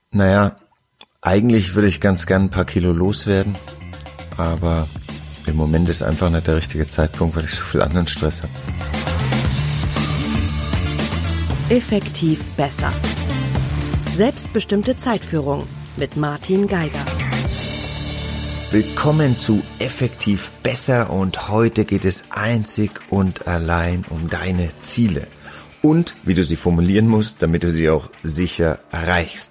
Naja, eigentlich würde ich ganz gern ein paar Kilo loswerden, aber im Moment ist einfach nicht der richtige Zeitpunkt, weil ich so viel anderen Stress habe. Effektiv besser. Selbstbestimmte Zeitführung mit Martin Geiger. Willkommen zu Effektiv besser und heute geht es einzig und allein um deine Ziele und wie du sie formulieren musst, damit du sie auch sicher erreichst.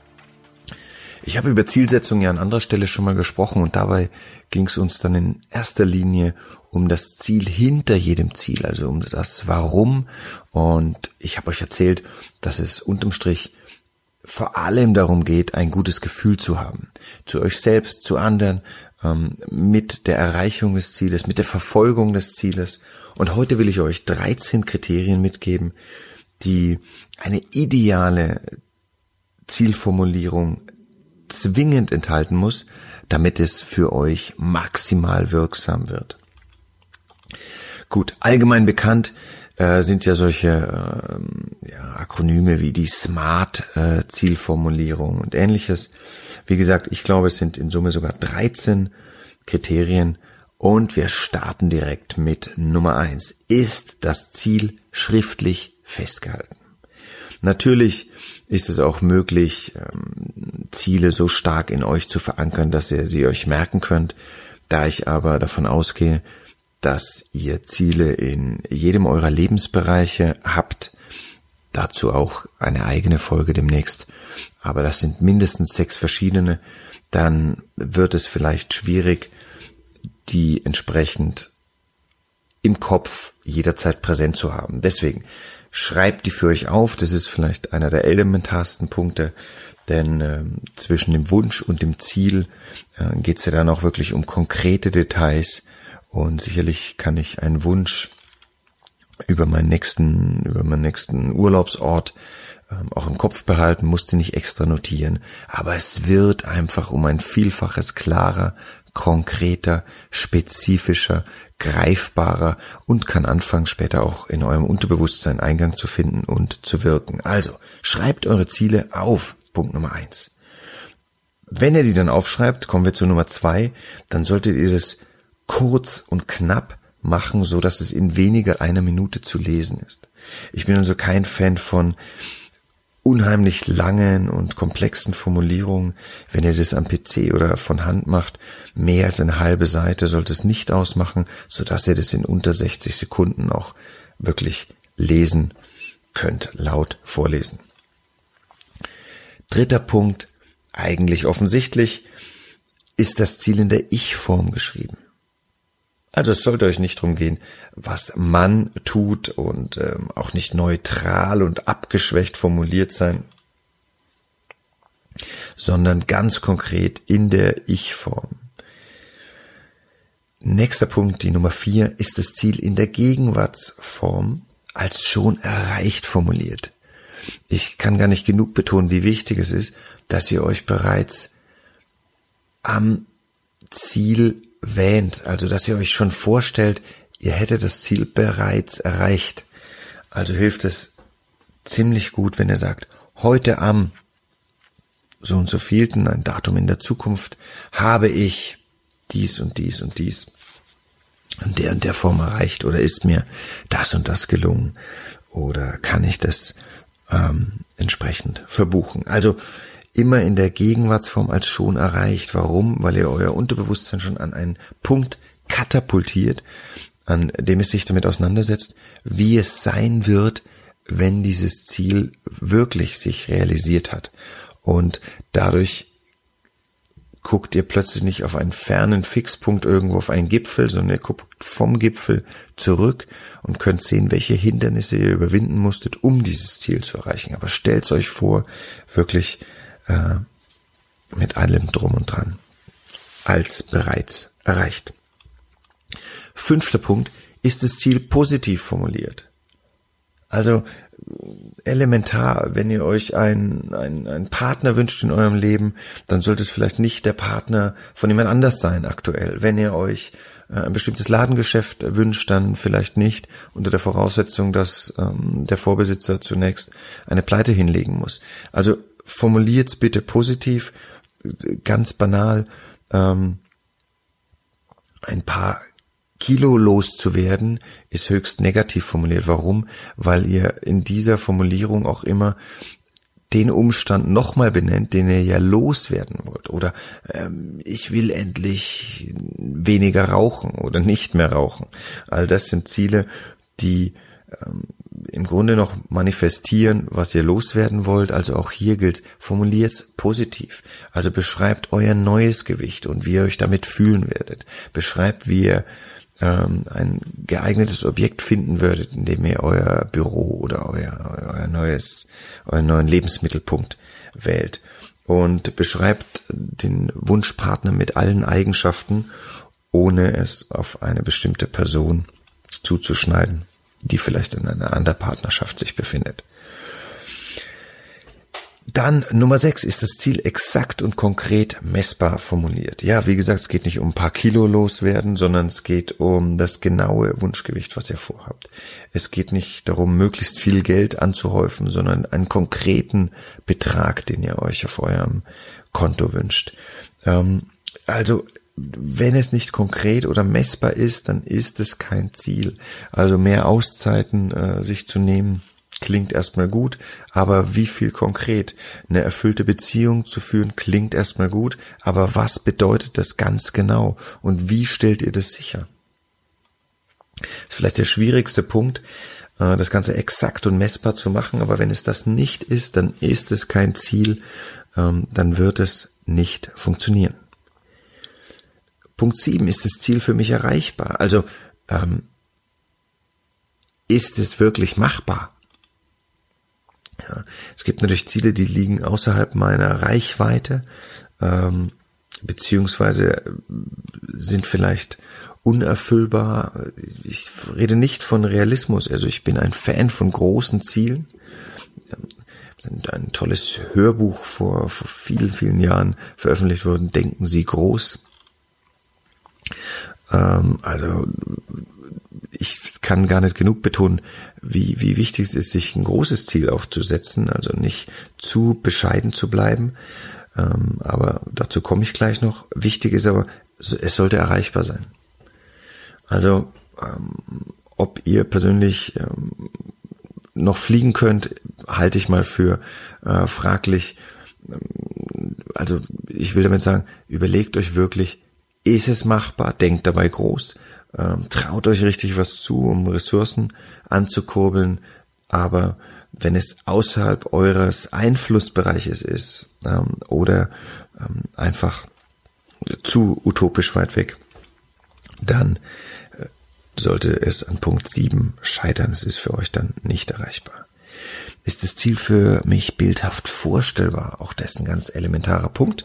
Ich habe über Zielsetzung ja an anderer Stelle schon mal gesprochen und dabei ging es uns dann in erster Linie um das Ziel hinter jedem Ziel, also um das Warum. Und ich habe euch erzählt, dass es unterm Strich vor allem darum geht, ein gutes Gefühl zu haben. Zu euch selbst, zu anderen, mit der Erreichung des Zieles, mit der Verfolgung des Zieles. Und heute will ich euch 13 Kriterien mitgeben, die eine ideale Zielformulierung zwingend enthalten muss, damit es für euch maximal wirksam wird. Gut, allgemein bekannt sind ja solche Akronyme wie die SMART-Zielformulierung und ähnliches. Wie gesagt, ich glaube, es sind in Summe sogar 13 Kriterien und wir starten direkt mit Nummer 1. Ist das Ziel schriftlich festgehalten? Natürlich ist es auch möglich, Ziele so stark in euch zu verankern, dass ihr sie euch merken könnt. Da ich aber davon ausgehe, dass ihr Ziele in jedem eurer Lebensbereiche habt, dazu auch eine eigene Folge demnächst, aber das sind mindestens 6 verschiedene, dann wird es vielleicht schwierig, die entsprechend im Kopf jederzeit präsent zu haben. Deswegen schreibt die für euch auf, das ist vielleicht einer der elementarsten Punkte, denn zwischen dem Wunsch und dem Ziel geht es ja dann auch wirklich um konkrete Details und sicherlich kann ich einen Wunsch über meinen nächsten Urlaubsort auch im Kopf behalten, musste nicht extra notieren, aber es wird einfach um ein Vielfaches klarer, konkreter, spezifischer, greifbarer und kann anfangen, später auch in eurem Unterbewusstsein Eingang zu finden und zu wirken. Also, schreibt eure Ziele auf, Punkt Nummer 1. Wenn ihr die dann aufschreibt, kommen wir zu Nummer 2, dann solltet ihr das kurz und knapp machen, so dass es in weniger einer Minute zu lesen ist. Ich bin also kein Fan von unheimlich langen und komplexen Formulierungen. Wenn ihr das am PC oder von Hand macht, mehr als eine halbe Seite sollte es nicht ausmachen, so dass ihr das in unter 60 Sekunden auch wirklich lesen könnt, laut vorlesen. Dritter Punkt, eigentlich offensichtlich, ist das Ziel in der Ich-Form geschrieben. Also es sollte euch nicht darum gehen, was man tut und auch nicht neutral und abgeschwächt formuliert sein, sondern ganz konkret in der Ich-Form. Nächster Punkt, die Nummer 4, ist das Ziel in der Gegenwartsform als schon erreicht formuliert. Ich kann gar nicht genug betonen, wie wichtig es ist, dass ihr euch bereits am Ziel wähnt, also dass ihr euch schon vorstellt, ihr hättet das Ziel bereits erreicht. Also hilft es ziemlich gut, wenn ihr sagt, heute am so und so vielten, ein Datum in der Zukunft, habe ich dies und dies und dies in der und der Form erreicht oder ist mir das und das gelungen oder kann ich das entsprechend verbuchen. Also immer in der Gegenwartsform als schon erreicht. Warum? Weil ihr euer Unterbewusstsein schon an einen Punkt katapultiert, an dem es sich damit auseinandersetzt, wie es sein wird, wenn dieses Ziel wirklich sich realisiert hat. Und dadurch guckt ihr plötzlich nicht auf einen fernen Fixpunkt irgendwo auf einen Gipfel, sondern ihr guckt vom Gipfel zurück und könnt sehen, welche Hindernisse ihr überwinden musstet, um dieses Ziel zu erreichen. Aber stellt euch vor, wirklich mit allem drum und dran, als bereits erreicht. 5. Punkt, ist das Ziel positiv formuliert. Also elementar, wenn ihr euch einen Partner wünscht in eurem Leben, dann sollte es vielleicht nicht der Partner von jemand anders sein aktuell. Wenn ihr euch ein bestimmtes Ladengeschäft wünscht, dann vielleicht nicht, unter der Voraussetzung, dass der Vorbesitzer zunächst eine Pleite hinlegen muss. Also formuliert's bitte positiv, ganz banal, ein paar Kilo loszuwerden, ist höchst negativ formuliert. Warum? Weil ihr in dieser Formulierung auch immer den Umstand nochmal benennt, den ihr ja loswerden wollt. Oder ich will endlich weniger rauchen oder nicht mehr rauchen. All das sind Ziele, die im Grunde noch manifestieren, was ihr loswerden wollt. Also auch hier gilt, formuliert's positiv. Also beschreibt euer neues Gewicht und wie ihr euch damit fühlen werdet. Beschreibt, wie ihr ein geeignetes Objekt finden würdet, in dem ihr euer Büro oder euren neuen Lebensmittelpunkt wählt. Und beschreibt den Wunschpartner mit allen Eigenschaften, ohne es auf eine bestimmte Person zuzuschneiden, die vielleicht in einer anderen Partnerschaft sich befindet. Dann Nummer 6 ist das Ziel exakt und konkret messbar formuliert. Ja, wie gesagt, es geht nicht um ein paar Kilo loswerden, sondern es geht um das genaue Wunschgewicht, was ihr vorhabt. Es geht nicht darum, möglichst viel Geld anzuhäufen, sondern einen konkreten Betrag, den ihr euch auf eurem Konto wünscht. Also, wenn es nicht konkret oder messbar ist, dann ist es kein Ziel. Also mehr Auszeiten sich zu nehmen, klingt erstmal gut, aber wie viel konkret? Eine erfüllte Beziehung zu führen klingt erstmal gut, aber was bedeutet das ganz genau? Und wie stellt ihr das sicher? Das ist vielleicht der schwierigste Punkt, das Ganze exakt und messbar zu machen, aber wenn es das nicht ist, dann ist es kein Ziel, dann wird es nicht funktionieren. Punkt 7, ist das Ziel für mich erreichbar? Also, ist es wirklich machbar? Ja, es gibt natürlich Ziele, die liegen außerhalb meiner Reichweite, beziehungsweise sind vielleicht unerfüllbar. Ich rede nicht von Realismus, also ich bin ein Fan von großen Zielen. Ein tolles Hörbuch vor vielen, vielen Jahren veröffentlicht worden, Denken Sie groß. Also ich kann gar nicht genug betonen, wie wichtig es ist, sich ein großes Ziel auch zu setzen, also nicht zu bescheiden zu bleiben, aber dazu komme ich gleich noch. Wichtig ist aber, es sollte erreichbar sein. Also ob ihr persönlich noch fliegen könnt, halte ich mal für fraglich. Also ich will damit sagen, überlegt euch wirklich, ist es machbar? Denkt dabei groß. Traut euch richtig was zu, um Ressourcen anzukurbeln. Aber wenn es außerhalb eures Einflussbereiches ist oder einfach zu utopisch weit weg, dann sollte es an Punkt 7 scheitern. Es ist für euch dann nicht erreichbar. Ist das Ziel für mich bildhaft vorstellbar? Auch das ist ein ganz elementarer Punkt.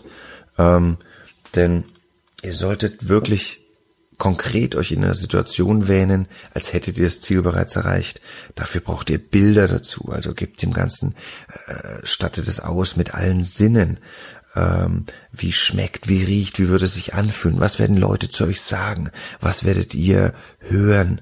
Denn ihr solltet wirklich konkret euch in einer Situation wähnen, als hättet ihr das Ziel bereits erreicht. Dafür braucht ihr Bilder dazu. Also gebt dem Ganzen, stattet es aus mit allen Sinnen. Wie schmeckt, wie riecht, wie würde es sich anfühlen, was werden Leute zu euch sagen, was werdet ihr hören,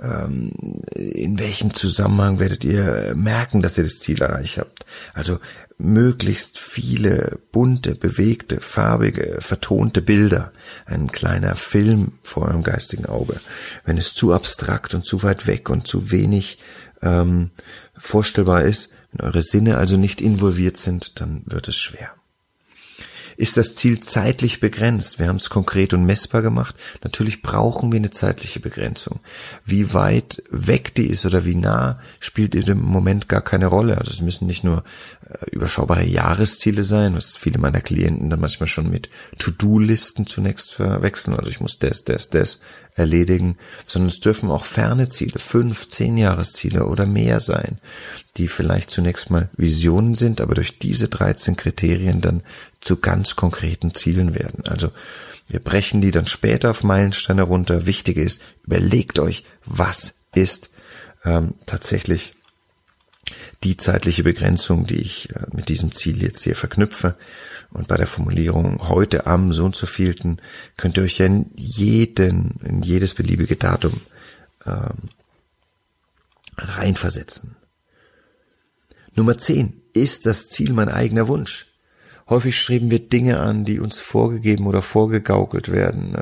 in welchem Zusammenhang werdet ihr merken, dass ihr das Ziel erreicht habt. Also möglichst viele bunte, bewegte, farbige, vertonte Bilder, ein kleiner Film vor eurem geistigen Auge. Wenn es zu abstrakt und zu weit weg und zu wenig vorstellbar ist, wenn eure Sinne also nicht involviert sind, dann wird es schwer. Ist das Ziel zeitlich begrenzt? Wir haben es konkret und messbar gemacht. Natürlich brauchen wir eine zeitliche Begrenzung. Wie weit weg die ist oder wie nah, spielt in dem Moment gar keine Rolle. Also es müssen nicht nur überschaubare Jahresziele sein, was viele meiner Klienten dann manchmal schon mit To-Do-Listen zunächst verwechseln. Also ich muss das erledigen, sondern es dürfen auch ferne Ziele, 5, 10 Jahresziele oder mehr sein, die vielleicht zunächst mal Visionen sind, aber durch diese 13 Kriterien dann zu ganz konkreten Zielen werden. Also wir brechen die dann später auf Meilensteine runter. Wichtig ist, überlegt euch, was ist tatsächlich die zeitliche Begrenzung, die ich mit diesem Ziel jetzt hier verknüpfe. Und bei der Formulierung heute am so und so vielten könnt ihr euch ja in jedes beliebige Datum reinversetzen. Nummer 10 ist das Ziel mein eigener Wunsch? Häufig streben wir Dinge an, die uns vorgegeben oder vorgegaukelt werden.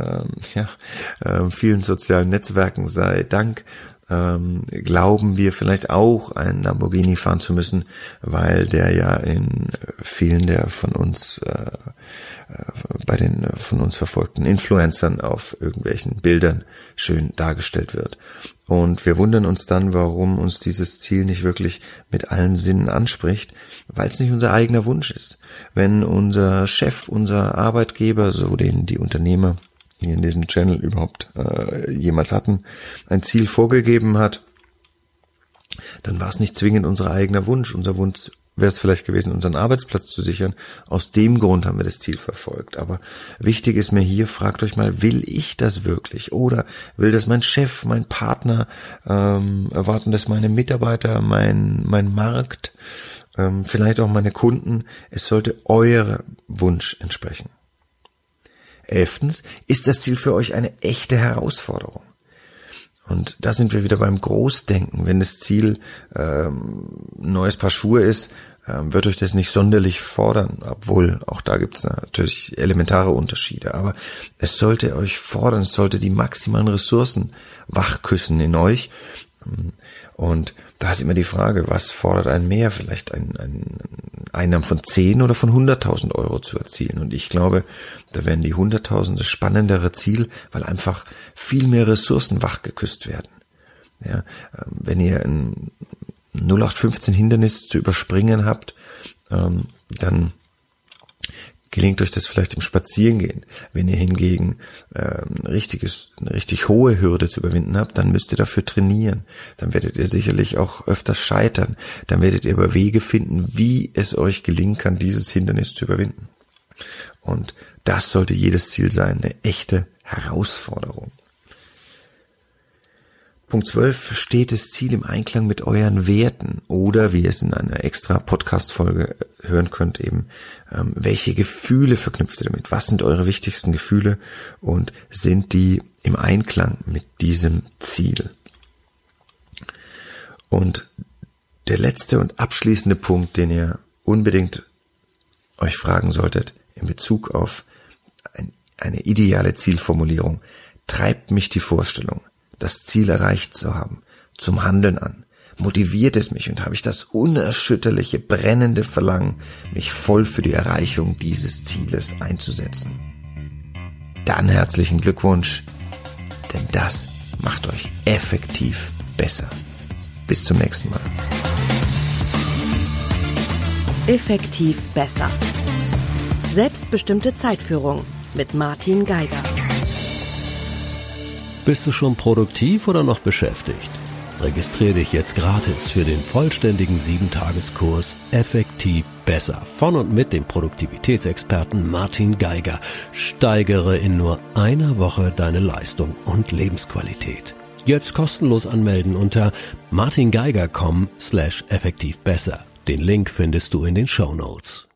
Vielen sozialen Netzwerken sei Dank. Glauben wir vielleicht auch, einen Lamborghini fahren zu müssen, weil der ja in vielen der von uns bei den von uns verfolgten Influencern auf irgendwelchen Bildern schön dargestellt wird. Und wir wundern uns dann, warum uns dieses Ziel nicht wirklich mit allen Sinnen anspricht, weil es nicht unser eigener Wunsch ist. Wenn unser Chef, unser Arbeitgeber, so den die Unternehmer hier in diesem Channel überhaupt jemals hatten, ein Ziel vorgegeben hat, dann war es nicht zwingend unser eigener Wunsch. Unser Wunsch wäre es vielleicht gewesen, unseren Arbeitsplatz zu sichern. Aus dem Grund haben wir das Ziel verfolgt. Aber wichtig ist mir hier, fragt euch mal, will ich das wirklich? Oder will das mein Chef, mein Partner, erwarten das meine Mitarbeiter, mein Markt, vielleicht auch meine Kunden? Es sollte eurem Wunsch entsprechen. 11. Ist das Ziel für euch eine echte Herausforderung? Und da sind wir wieder beim Großdenken. Wenn das Ziel neues Paar Schuhe ist, wird euch das nicht sonderlich fordern, obwohl auch da gibt es natürlich elementare Unterschiede. Aber es sollte euch fordern, es sollte die maximalen Ressourcen wachküssen in euch. Und da ist immer die Frage, was fordert einen mehr? Vielleicht ein Einnahmen von 10 oder von 100.000 Euro zu erzielen. Und ich glaube, da werden die 100.000 das spannendere Ziel, weil einfach viel mehr Ressourcen wachgeküsst werden. Ja, wenn ihr ein 0815 Hindernis zu überspringen habt, dann gelingt euch das vielleicht im Spazierengehen. Wenn ihr hingegen eine richtig hohe Hürde zu überwinden habt, dann müsst ihr dafür trainieren. Dann werdet ihr sicherlich auch öfters scheitern. Dann werdet ihr aber Wege finden, wie es euch gelingen kann, dieses Hindernis zu überwinden. Und das sollte jedes Ziel sein, eine echte Herausforderung. Punkt 12, steht das Ziel im Einklang mit euren Werten oder, wie ihr es in einer extra Podcast-Folge hören könnt, eben, welche Gefühle verknüpft ihr damit? Was sind eure wichtigsten Gefühle und sind die im Einklang mit diesem Ziel? Und der letzte und abschließende Punkt, den ihr unbedingt euch fragen solltet in Bezug auf eine ideale Zielformulierung, treibt mich die Vorstellung, das Ziel erreicht zu haben, zum Handeln an? Motiviert es mich und habe ich das unerschütterliche, brennende Verlangen, mich voll für die Erreichung dieses Zieles einzusetzen? Dann herzlichen Glückwunsch, denn das macht euch effektiv besser. Bis zum nächsten Mal. Effektiv besser. Selbstbestimmte Zeitführung mit Martin Geiger. Bist du schon produktiv oder noch beschäftigt? Registriere dich jetzt gratis für den vollständigen 7-Tageskurs Effektiv besser von und mit dem Produktivitätsexperten Martin Geiger. Steigere in nur einer Woche deine Leistung und Lebensqualität. Jetzt kostenlos anmelden unter martingeiger.com/effektivbesser. Den Link findest du in den Shownotes.